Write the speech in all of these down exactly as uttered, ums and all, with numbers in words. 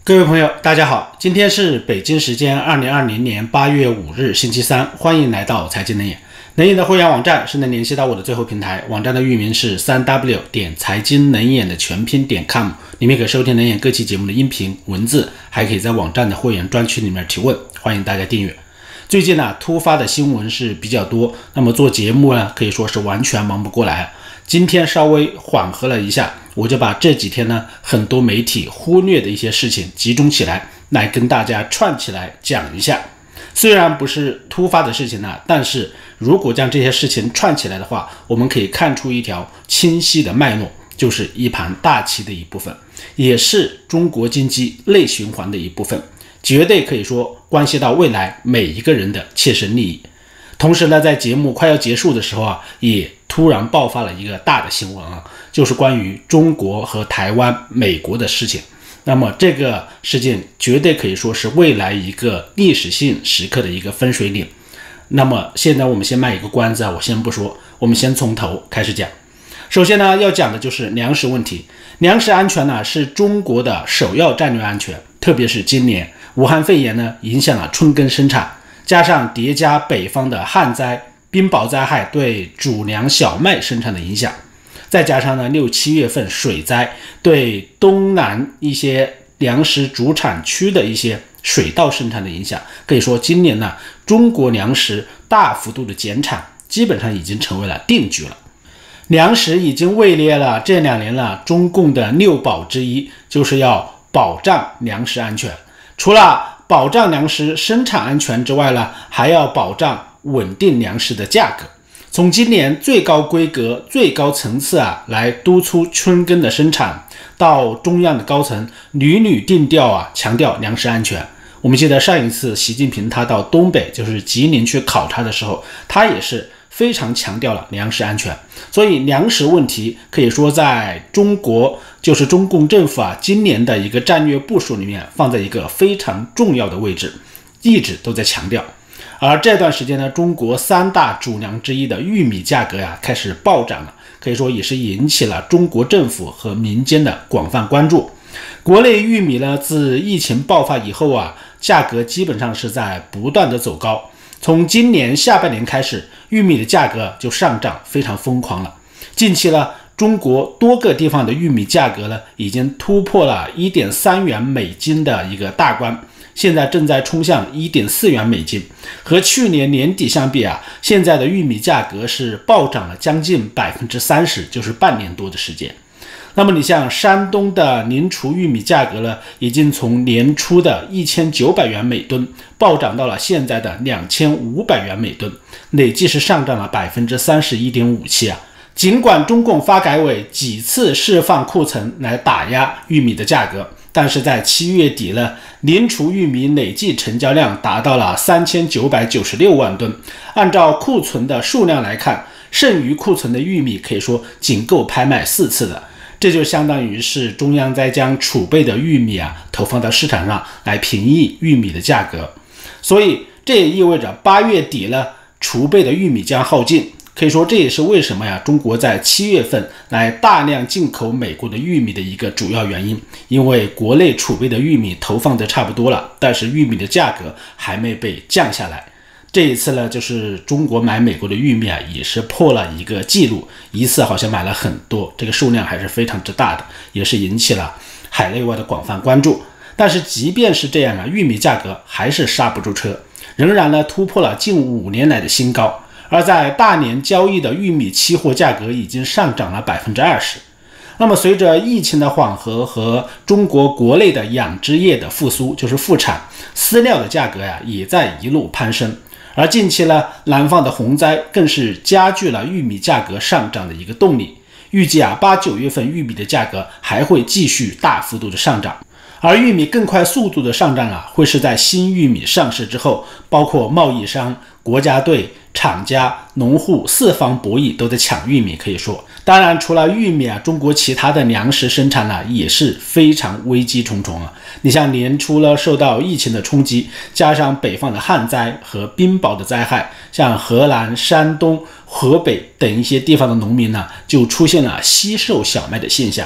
各位朋友，大家好，今天是北京时间二零二零年八月五日，星期三，欢迎来到财经能眼。能眼的会员网站是能联系到我的最后平台，网站的域名是 三 w 点财经能眼的全拼点 com， 里面可以收听能眼各期节目的音频文字，还可以在网站的会员专区里面提问，欢迎大家订阅。最近呢、啊，突发的新闻是比较多，那么做节目呢，可以说是完全忙不过来。今天稍微缓和了一下，我就把这几天呢很多媒体忽略的一些事情集中起来，来跟大家串起来讲一下。虽然不是突发的事情呢，但是如果将这些事情串起来的话，我们可以看出一条清晰的脉络，就是一盘大棋的一部分，也是中国经济内循环的一部分，绝对可以说关系到未来每一个人的切身利益。同时呢，在节目快要结束的时候啊，也突然爆发了一个大的新闻啊，就是关于中国和台湾、美国的事情。那么这个事件绝对可以说是未来一个历史性时刻的一个分水岭。那么现在我们先卖一个关子啊，我先不说，我们先从头开始讲。首先呢，要讲的就是粮食问题。粮食安全呢，是中国的首要战略安全，特别是今年武汉肺炎呢影响了春耕生产，加上叠加北方的旱灾、冰雹灾害对主粮小麦生产的影响，再加上呢六七月份水灾对东南一些粮食主产区的一些水稻生产的影响，可以说今年呢中国粮食大幅度的减产，基本上已经成为了定局了。粮食已经位列了这两年了中共的六保之一，就是要保障粮食安全。除了保障粮食生产安全之外呢，还要保障稳定粮食的价格。从今年最高规格、最高层次啊，来督促春耕的生产，到中央的高层屡屡定调啊，强调粮食安全。我们记得上一次习近平他到东北，就是吉林去考察的时候，他也是非常强调了粮食安全。所以粮食问题可以说在中国，就是中共政府啊今年的一个战略部署里面放在一个非常重要的位置，一直都在强调。而这段时间呢，中国三大主粮之一的玉米价格呀开始暴涨了，可以说也是引起了中国政府和民间的广泛关注。国内玉米呢，自疫情爆发以后啊，价格基本上是在不断的走高。从今年下半年开始，玉米的价格就上涨非常疯狂了。近期呢，中国多个地方的玉米价格呢，已经突破了 一点三元美金的一个大关，现在正在冲向 一点四元美金。和去年年底相比啊，现在的玉米价格是暴涨了将近 百分之三十， 就是半年多的时间。那么你像山东的临滁玉米价格呢，已经从年初的一千九百元每吨暴涨到了现在的两千五百元每吨，累计是上涨了 百分之三十一点五七 啊。尽管中共发改委几次释放库存来打压玉米的价格，但是在七月底呢，临滁玉米累计成交量达到了三千九百九十六万吨，按照库存的数量来看，剩余库存的玉米可以说仅够拍卖四次的。这就相当于是中央在将储备的玉米啊投放到市场上来平抑玉米的价格，所以这也意味着八月底呢，储备的玉米将耗尽。可以说这也是为什么呀，中国在七月份来大量进口美国的玉米的一个主要原因，因为国内储备的玉米投放的差不多了，但是玉米的价格还没被降下来。这一次呢，就是中国买美国的玉米啊，也是破了一个记录，一次好像买了很多，这个数量还是非常之大的，也是引起了海内外的广泛关注。但是即便是这样啊，玉米价格还是刹不住车，仍然呢突破了近五年来的新高。而在大连交易的玉米期货价格已经上涨了 百分之二十。那么随着疫情的缓和和中国国内的养殖业的复苏，就是复产，饲料的价格呀也在一路攀升。而近期呢，南方的洪灾更是加剧了玉米价格上涨的一个动力。预计啊，八九月份玉米的价格还会继续大幅度的上涨。而玉米更快速度的上涨啊，会是在新玉米上市之后，包括贸易商、国家队、厂家、农户四方博弈都在抢玉米，可以说。当然，除了玉米啊，中国其他的粮食生产呢也是非常危机重重啊。你像年初呢，受到疫情的冲击，加上北方的旱灾和冰雹的灾害，像河南、山东、河北等一些地方的农民呢，就出现了惜售小麦的现象。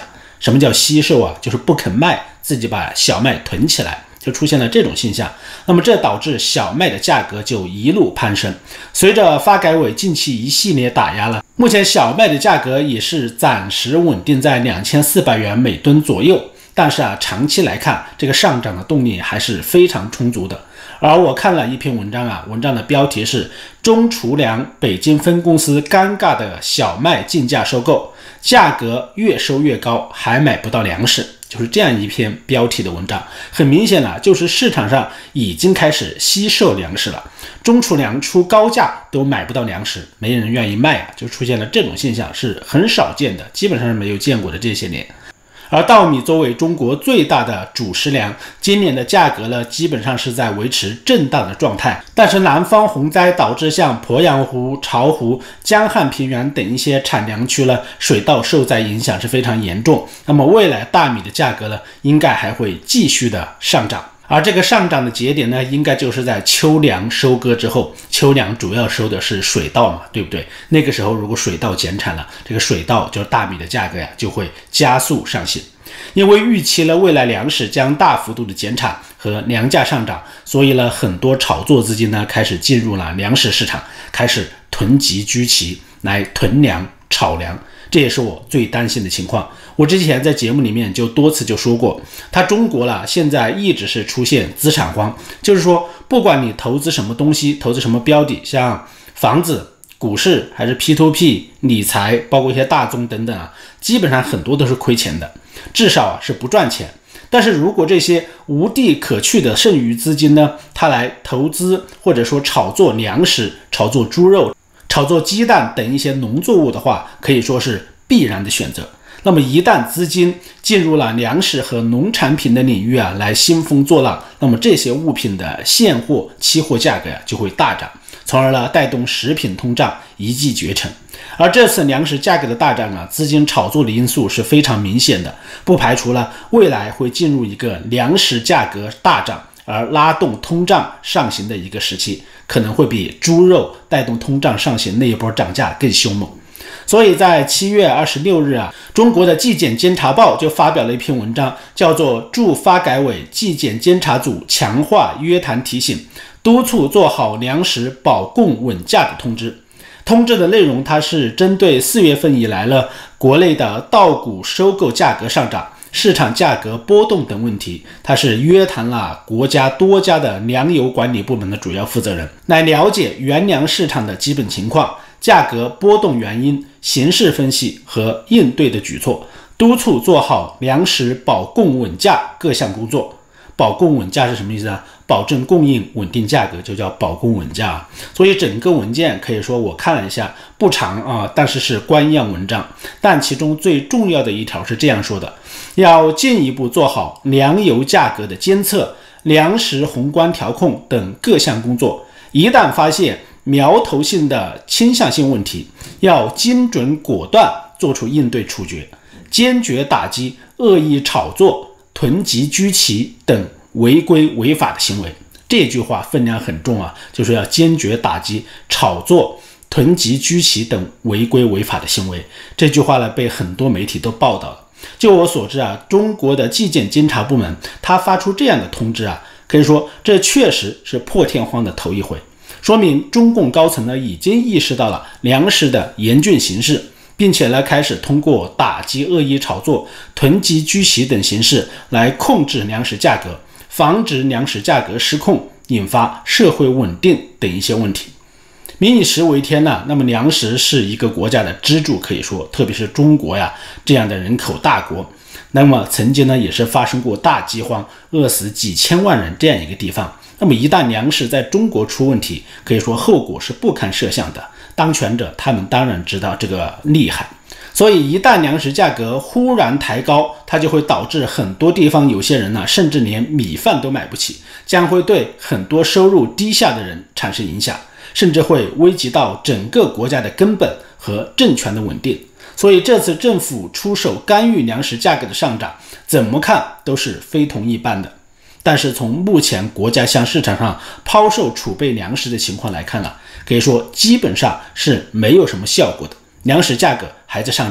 什么叫惜售啊？就是不肯卖，自己把小麦囤起来，就出现了这种现象。那么这导致小麦的价格就一路攀升。随着发改委近期一系列打压了，目前小麦的价格也是暂时稳定在两千四百元每吨左右。但是啊，长期来看，这个上涨的动力还是非常充足的。而我看了一篇文章啊，文章的标题是中储粮北京分公司尴尬的小麦竞价收购，价格越收越高，还买不到粮食，就是这样一篇标题的文章。很明显了，就是市场上已经开始惜售粮食了，中储粮出高价都买不到粮食，没人愿意卖啊，就出现了这种现象，是很少见的，基本上是没有见过的这些年。而稻米作为中国最大的主食粮，今年的价格呢，基本上是在维持震荡的状态。但是南方洪灾导致像鄱阳湖、巢湖、江汉平原等一些产粮区呢，水稻受灾影响是非常严重。那么未来大米的价格呢，应该还会继续的上涨。而这个上涨的节点呢，应该就是在秋粮收割之后。秋粮主要收的是水稻嘛，对不对？那个时候如果水稻减产了，这个水稻就是大米的价格呀，就会加速上行。因为预期了未来粮食将大幅度的减产和粮价上涨，所以呢，很多炒作资金呢开始进入了粮食市场，开始囤积居奇来囤粮炒粮。这也是我最担心的情况。我之前在节目里面就多次就说过，它中国了现在一直是出现资产荒，就是说不管你投资什么东西，投资什么标的，像房子、股市还是 P to P 理财，包括一些大宗等等啊，基本上很多都是亏钱的，至少啊是不赚钱。但是如果这些无地可去的剩余资金呢，它来投资或者说炒作粮食、炒作猪肉、炒作鸡蛋等一些农作物的话，可以说是必然的选择。那么一旦资金进入了粮食和农产品的领域啊，来兴风作浪，那么这些物品的现货、期货价格呀、啊、就会大涨，从而呢带动食品通胀一骑绝尘。而这次粮食价格的大涨啊，资金炒作的因素是非常明显的，不排除了未来会进入一个粮食价格大涨而拉动通胀上行的一个时期，可能会比猪肉带动通胀上行那一波涨价更凶猛。所以在七月二十六日啊，中国的纪检监察报就发表了一篇文章，叫做《驻发改委纪检监察组强化约谈提醒，督促做好粮食保供稳价的通知》。通知的内容，它是针对四月份以来了国内的稻谷收购价格上涨、市场价格波动等问题，它是约谈了国家多家的粮油管理部门的主要负责人，来了解原粮市场的基本情况、价格波动原因、形势分析和应对的举措，督促做好粮食保供稳价各项工作。保供稳价是什么意思啊？保证供应，稳定价格，就叫保供稳价。所以整个文件可以说我看了一下，不长啊，但是是官样文章。但其中最重要的一条是这样说的：要进一步做好粮油价格的监测、粮食宏观调控等各项工作。一旦发现苗头性的倾向性问题，要精准果断做出应对处决，坚决打击恶意炒作、囤积居奇等违规违法的行为。这句话分量很重啊，就是要坚决打击炒作、囤积居奇等违规违法的行为。这句话呢，被很多媒体都报道了。就我所知啊，中国的纪检监察部门他发出这样的通知啊，可以说这确实是破天荒的头一回，说明中共高层呢已经意识到了粮食的严峻形势，并且呢开始通过打击恶意炒作、囤积居奇等形式来控制粮食价格，防止粮食价格失控，引发社会稳定等一些问题。民以食为天呢，那么粮食是一个国家的支柱，可以说，特别是中国呀这样的人口大国，那么曾经呢也是发生过大饥荒，饿死几千万人这样一个地方。那么一旦粮食在中国出问题，可以说后果是不堪设想的。当权者他们当然知道这个厉害，所以一旦粮食价格忽然抬高，它就会导致很多地方有些人呢，甚至连米饭都买不起，将会对很多收入低下的人产生影响，甚至会危及到整个国家的根本和政权的稳定。所以这次政府出手干预粮食价格的上涨，怎么看都是非同一般的。但是从目前国家向市场上抛售储备粮食的情况来看了，可以说基本上是没有什么效果的，粮食价格还在上涨，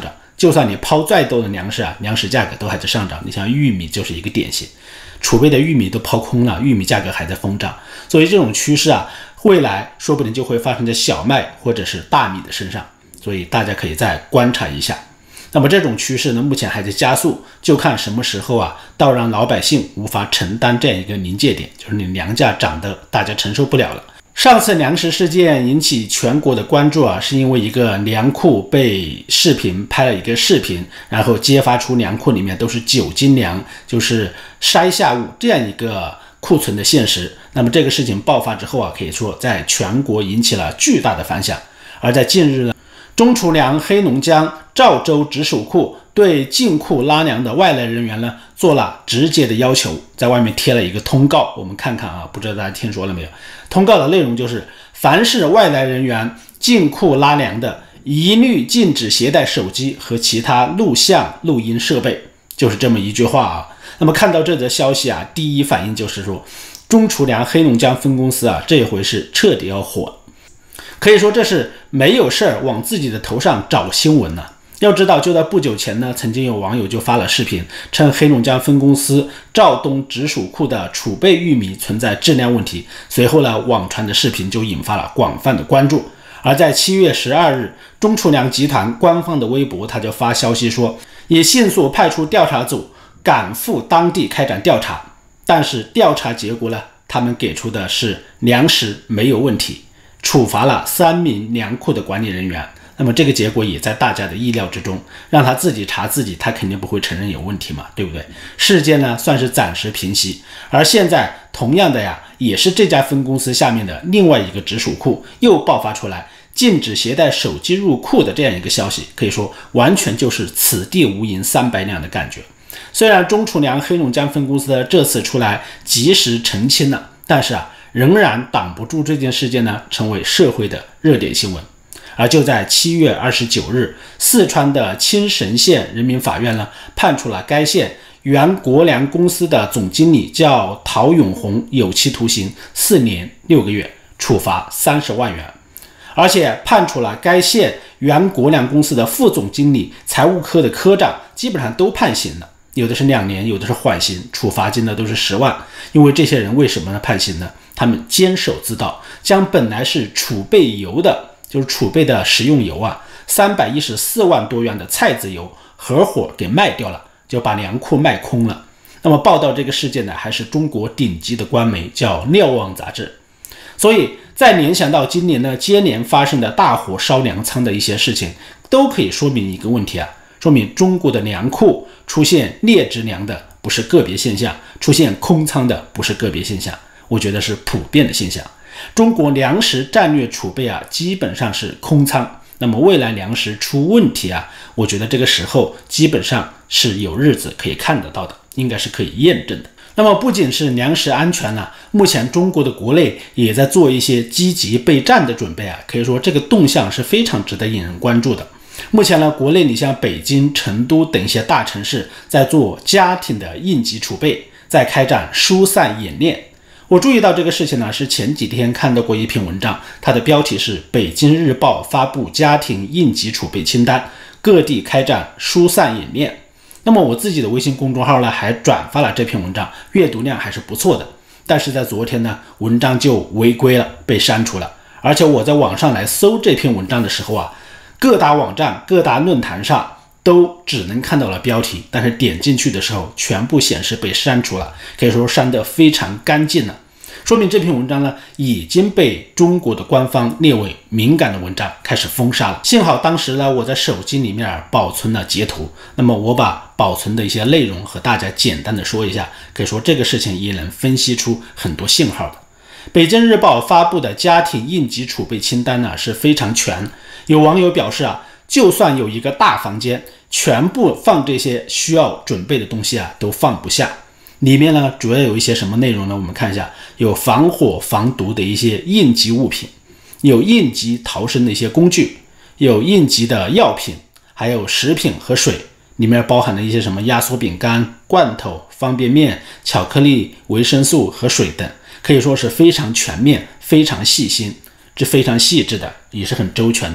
就算你抛再多的粮食啊，粮食价格都还在上涨。你像玉米就是一个典型，储备的玉米都抛空了，玉米价格还在疯涨。所以这种趋势啊，未来说不定就会发生在小麦或者是大米的身上，所以大家可以再观察一下。那么这种趋势呢，目前还在加速，就看什么时候啊，到让老百姓无法承担这样一个临界点，就是你粮价涨得大家承受不了了。上次粮食事件引起全国的关注啊，是因为一个粮库被视频拍了一个视频，然后揭发出粮库里面都是酒精粮，就是筛下物这样一个库存的现实。那么这个事情爆发之后啊，可以说在全国引起了巨大的反响。而在近日呢，中储粮黑龙江赵州直属库对进库拉粮的外来人员呢做了直接的要求，在外面贴了一个通告，我们看看啊，不知道大家听说了没有？通告的内容就是，凡是外来人员进库拉粮的，一律禁止携带手机和其他录像录音设备，就是这么一句话啊。那么看到这则消息啊，第一反应就是说，中储粮黑龙江分公司啊，这回是彻底要火，可以说这是没有事儿往自己的头上找新闻呢、啊。要知道，就在不久前呢，曾经有网友就发了视频，称黑龙江分公司肇东直属库的储备玉米存在质量问题。随后呢，网传的视频就引发了广泛的关注。而在七月十二日，中储粮集团官方的微博，他就发消息说，也迅速派出调查组赶赴当地开展调查。但是调查结果呢，他们给出的是粮食没有问题，处罚了三名粮库的管理人员。那么这个结果也在大家的意料之中，让他自己查自己，他肯定不会承认有问题嘛，对不对？事件呢算是暂时平息，而现在同样的呀，也是这家分公司下面的另外一个直属库又爆发出来禁止携带手机入库的这样一个消息，可以说完全就是此地无银三百两的感觉。虽然中储粮黑龙江分公司的这次出来及时澄清了，但是啊，仍然挡不住这件事件呢成为社会的热点新闻。而就在七月二十九日，四川的青神县人民法院呢，判处了该县原国粮公司的总经理叫陶永红有期徒刑四年六个月，处罚三十万元，而且判处了该县原国粮公司的副总经理、财务科的科长，基本上都判刑了，有的是两年，有的是缓刑，处罚金呢都是十万。因为这些人为什么呢判刑呢？他们监守自盗，将本来是储备油的。就是储备的食用油啊，三百一十四万多元的菜籽油合伙给卖掉了，就把粮库卖空了。那么报道这个事件呢，还是中国顶级的官媒叫瞭望杂志。所以再联想到今年呢接连发生的大火烧粮仓的一些事情，都可以说明一个问题啊，说明中国的粮库出现劣质粮的不是个别现象，出现空仓的不是个别现象，我觉得是普遍的现象。中国粮食战略储备啊，基本上是空仓。那么未来粮食出问题啊，我觉得这个时候基本上是有日子可以看得到的，应该是可以验证的。那么不仅是粮食安全啊，目前中国的国内也在做一些积极备战的准备啊，可以说这个动向是非常值得引人关注的。目前呢，国内你像北京、成都等一些大城市在做家庭的应急储备，在开展疏散演练。我注意到这个事情呢，是前几天看到过一篇文章，它的标题是北京日报发布家庭应急储备清单，各地开展疏散演练。那么我自己的微信公众号呢，还转发了这篇文章，阅读量还是不错的。但是在昨天呢，文章就违规了，被删除了。而且我在网上来搜这篇文章的时候啊，各大网站、各大论坛上都只能看到了标题，但是点进去的时候全部显示被删除了，可以说删得非常干净了。说明这篇文章呢已经被中国的官方列为敏感的文章，开始封杀了。幸好当时呢我在手机里面保存了截图，那么我把保存的一些内容和大家简单的说一下，可以说这个事情也能分析出很多信号的。北京日报发布的家庭应急储备清单呢是非常全，有网友表示啊，就算有一个大房间，全部放这些需要准备的东西啊都放不下。里面呢主要有一些什么内容呢？我们看一下，有防火防毒的一些应急物品，有应急逃生的一些工具，有应急的药品，还有食品和水，里面包含了一些什么压缩饼干、罐头、方便面、巧克力、维生素和水等，可以说是非常全面、非常细心，这非常细致的，也是很周全的。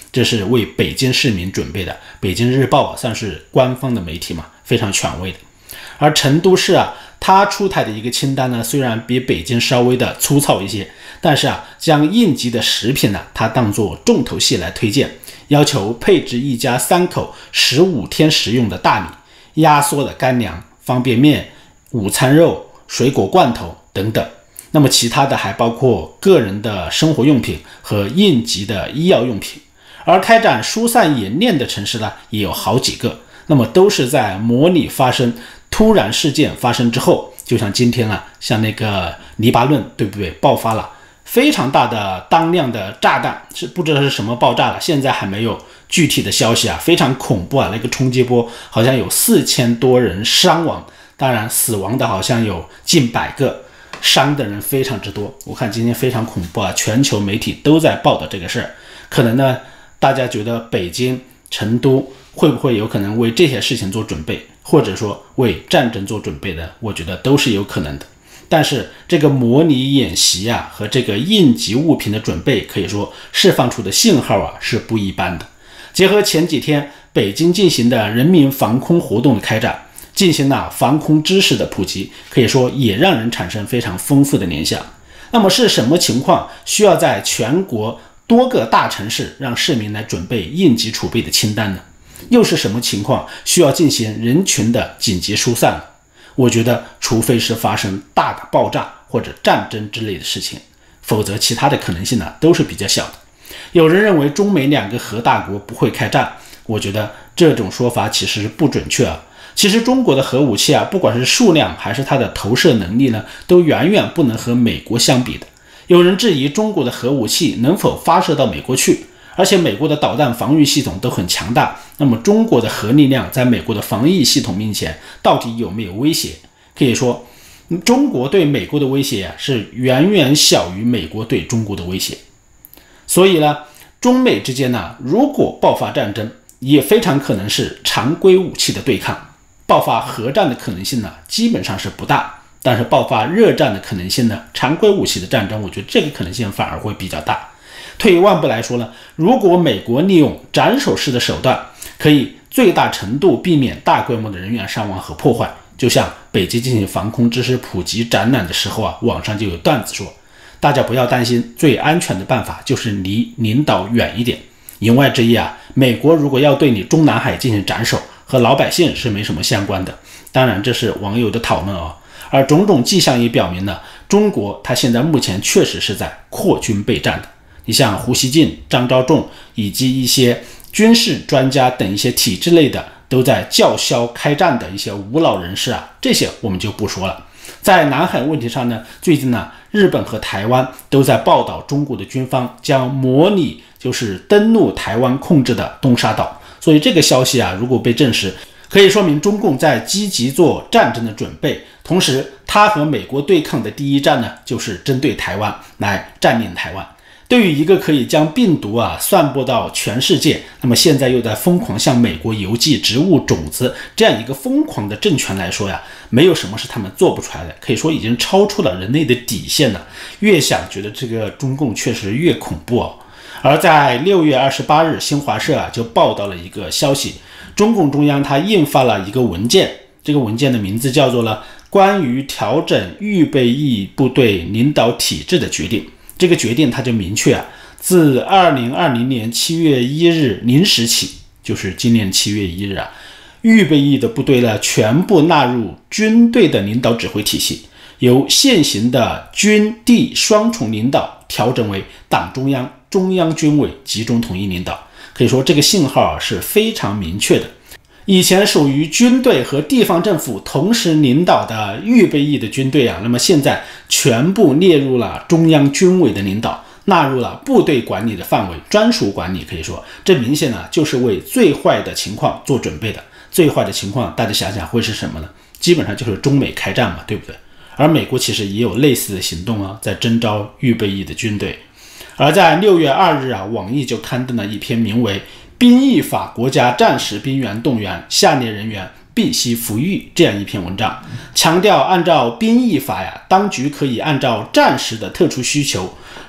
这是为北京市民准备的。北京日报啊，算是官方的媒体嘛，非常权威的。而成都市啊，它出台的一个清单呢，虽然比北京稍微的粗糙一些，但是啊，将应急的食品呢，它当作重头戏来推荐，要求配置一家三口十五天食用的大米、压缩的干粮、方便面、午餐肉、水果罐头等等。那么其他的还包括个人的生活用品和应急的医药用品。而开展疏散演练的城市呢，也有好几个，那么都是在模拟发生突然事件发生之后，就像今天啊，像那个黎巴嫩，对不对？爆发了非常大的当量的炸弹，是不知道是什么爆炸了，现在还没有具体的消息啊，非常恐怖啊！那个冲击波好像有四千多人伤亡，当然死亡的好像有近百个，伤的人非常之多。我看今天非常恐怖啊，全球媒体都在报道这个事儿。可能呢，大家觉得北京、成都会不会有可能为这些事情做准备，或者说为战争做准备的？我觉得都是有可能的。但是这个模拟演习啊和这个应急物品的准备，可以说释放出的信号啊是不一般的。结合前几天北京进行的人民防空活动的开展，进行了防空知识的普及，可以说也让人产生非常丰富的联想。那么是什么情况需要在全国多个大城市让市民来准备应急储备的清单呢？又是什么情况需要进行人群的紧急疏散呢？我觉得除非是发生大的爆炸或者战争之类的事情，否则其他的可能性呢都是比较小的。有人认为中美两个核大国不会开战，我觉得这种说法其实不准确啊。其实中国的核武器啊，不管是数量还是它的投射能力呢，都远远不能和美国相比的。有人质疑中国的核武器能否发射到美国去，而且美国的导弹防御系统都很强大，那么中国的核力量在美国的防疫系统面前到底有没有威胁？可以说中国对美国的威胁啊，是远远小于美国对中国的威胁。所以呢，中美之间呢，如果爆发战争，也非常可能是常规武器的对抗。爆发核战的可能性呢，基本上是不大，但是爆发热战的可能性呢，常规武器的战争，我觉得这个可能性反而会比较大。退一万步来说呢，如果美国利用斩首式的手段，可以最大程度避免大规模的人员伤亡和破坏。就像北京进行防空知识普及展览的时候啊，网上就有段子说，大家不要担心，最安全的办法就是离领导远一点。言外之意啊，美国如果要对你中南海进行斩首，和老百姓是没什么相关的。当然这是网友的讨论啊，而种种迹象也表明呢，中国它现在目前确实是在扩军备战的。你像胡锡进、张召仲以及一些军事专家等一些体制类的都在叫嚣开战的一些无脑人士啊，这些我们就不说了。在南海问题上呢，最近呢，日本和台湾都在报道中国的军方将模拟就是登陆台湾控制的东沙岛，所以这个消息啊，如果被证实，可以说明中共在积极做战争的准备。同时，他和美国对抗的第一战呢，就是针对台湾来占领台湾。对于一个可以将病毒啊散播到全世界，那么现在又在疯狂向美国邮寄植物种子这样一个疯狂的政权来说呀，没有什么是他们做不出来的，可以说已经超出了人类的底线了。越想觉得这个中共确实越恐怖哦。而在六月二十八日，新华社啊就报道了一个消息，中共中央它印发了一个文件，这个文件的名字叫做了关于调整预备役部队领导体制的决定。这个决定它就明确啊，自二零二零年七月一日零时起，就是今年七月一日啊，预备役的部队呢全部纳入军队的领导指挥体系，由现行的军地双重领导调整为党中央、中央军委集中统一领导。可以说这个信号啊是非常明确的。以前属于军队和地方政府同时领导的预备役的军队啊，那么现在全部列入了中央军委的领导，纳入了部队管理的范围，专属管理。可以说这明显呢就是为最坏的情况做准备的。最坏的情况大家想想会是什么呢？基本上就是中美开战嘛，对不对？而美国其实也有类似的行动啊，在征召预备役的军队。而在六月二日啊，网易就刊登了一篇名为兵役法国家战时兵员动员，下列人员必须服役这样一篇文章，强调按照兵役法呀，当局可以按照战时的特殊需求，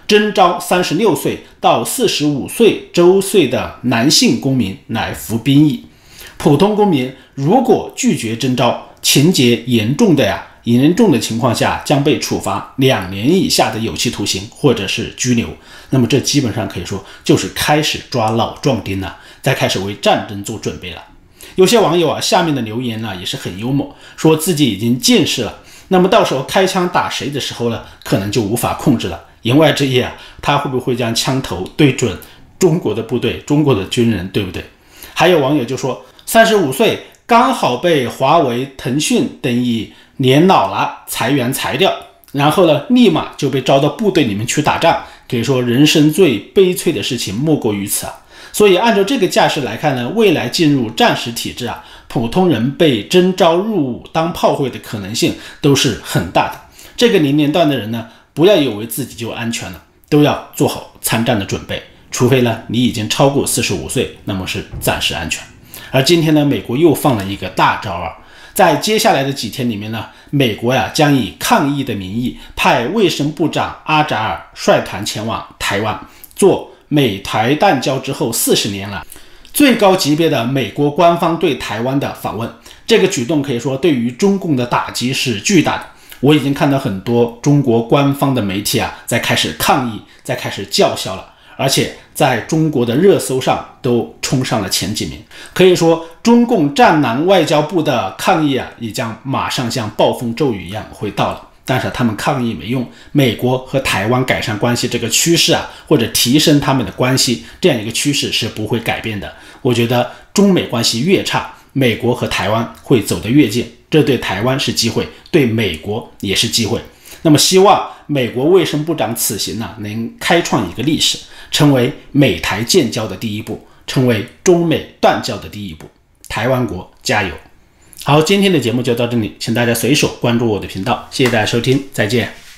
征召三十六岁到四十五岁周岁的男性公民来服兵役。普通公民如果拒绝征召，情节严重的呀，严重的情况下将被处罚两年以下的有期徒刑或者是拘留。那么这基本上可以说就是开始抓老壮丁了，再开始为战争做准备了。有些网友啊，下面的留言呢也是很幽默，说自己已经近视了，那么到时候开枪打谁的时候呢，可能就无法控制了。言外之意啊，他会不会将枪头对准中国的部队、中国的军人，对不对？还有网友就说，三十五岁刚好被华为、腾讯等以年老了裁员裁掉，然后呢，立马就被招到部队里面去打仗，可以说人生最悲催的事情莫过于此啊。所以按照这个架势来看呢，未来进入战时体制啊，普通人被征召入伍当炮灰的可能性都是很大的。这个年龄段的人呢，不要以为自己就安全了，都要做好参战的准备，除非呢你已经超过四十五岁，那么是暂时安全。而今天呢，美国又放了一个大招啊，在接下来的几天里面呢，美国呀将以抗疫的名义派卫生部长阿扎尔率团前往台湾，做美台断交之后四十年来最高级别的美国官方对台湾的访问。这个举动可以说对于中共的打击是巨大的。我已经看到很多中国官方的媒体啊，在开始抗议，在开始叫嚣了，而且在中国的热搜上都冲上了前几名。可以说，中共战狼外交部的抗议啊，也将马上像暴风骤雨一样会到了。但是他们抗议没用，美国和台湾改善关系这个趋势啊，或者提升他们的关系，这样一个趋势是不会改变的。我觉得中美关系越差，美国和台湾会走得越近，这对台湾是机会，对美国也是机会。那么希望美国卫生部长此行呢，能开创一个历史，成为美台建交的第一步，成为中美断交的第一步。台湾国加油！好，今天的节目就到这里，请大家随手关注我的频道，谢谢大家收听，再见。